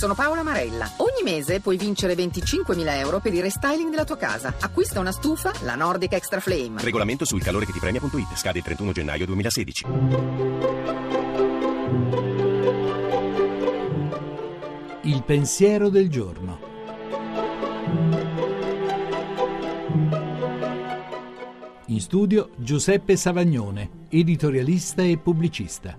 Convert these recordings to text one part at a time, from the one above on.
sono Paola Marella. Ogni mese puoi vincere 25.000 euro per il restyling della tua casa. Acquista una stufa, la Nordic Extra Flame. Regolamento sul calore che ti premia.it. Scade il 31 gennaio 2016. Il pensiero del giorno. In studio Giuseppe Savagnone, editorialista e pubblicista.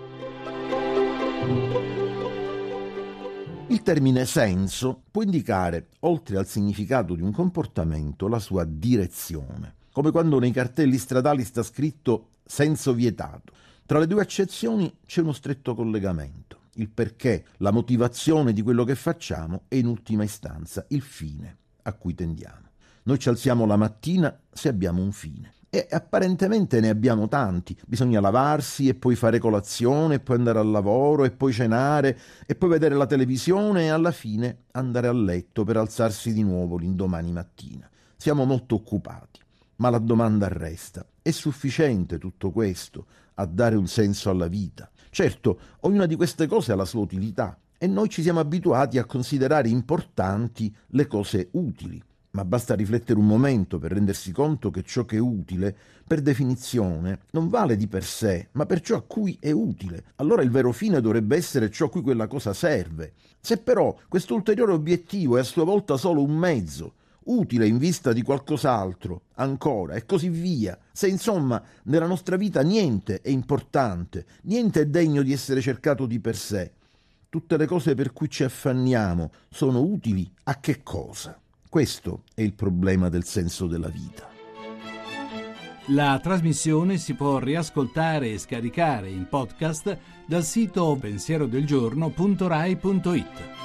Il termine senso può indicare, oltre al significato di un comportamento, la sua direzione, come quando nei cartelli stradali sta scritto senso vietato. Tra le due accezioni c'è uno stretto collegamento. Il perché, la motivazione di quello che facciamo e in ultima istanza il fine a cui tendiamo. Noi ci alziamo la mattina se abbiamo un fine e apparentemente ne abbiamo tanti. Bisogna lavarsi e poi fare colazione e poi andare al lavoro e poi cenare e poi vedere la televisione e alla fine andare a letto per alzarsi di nuovo l'indomani mattina. Siamo molto occupati, ma la domanda resta: è sufficiente tutto questo a dare un senso alla vita? Certo, ognuna di queste cose ha la sua utilità e noi ci siamo abituati a considerare importanti le cose utili, ma basta riflettere un momento per rendersi conto che ciò che è utile, per definizione, non vale di per sé, ma per ciò a cui è utile. Allora il vero fine dovrebbe essere ciò a cui quella cosa serve. Se però questo ulteriore obiettivo è a sua volta solo un mezzo, utile in vista di qualcos'altro, ancora, e così via. Se insomma nella nostra vita niente è importante, niente è degno di essere cercato di per sé, tutte le cose per cui ci affanniamo sono utili a che cosa? Questo è il problema del senso della vita. La trasmissione si può riascoltare e scaricare in podcast dal sito pensierodelgiorno.rai.it.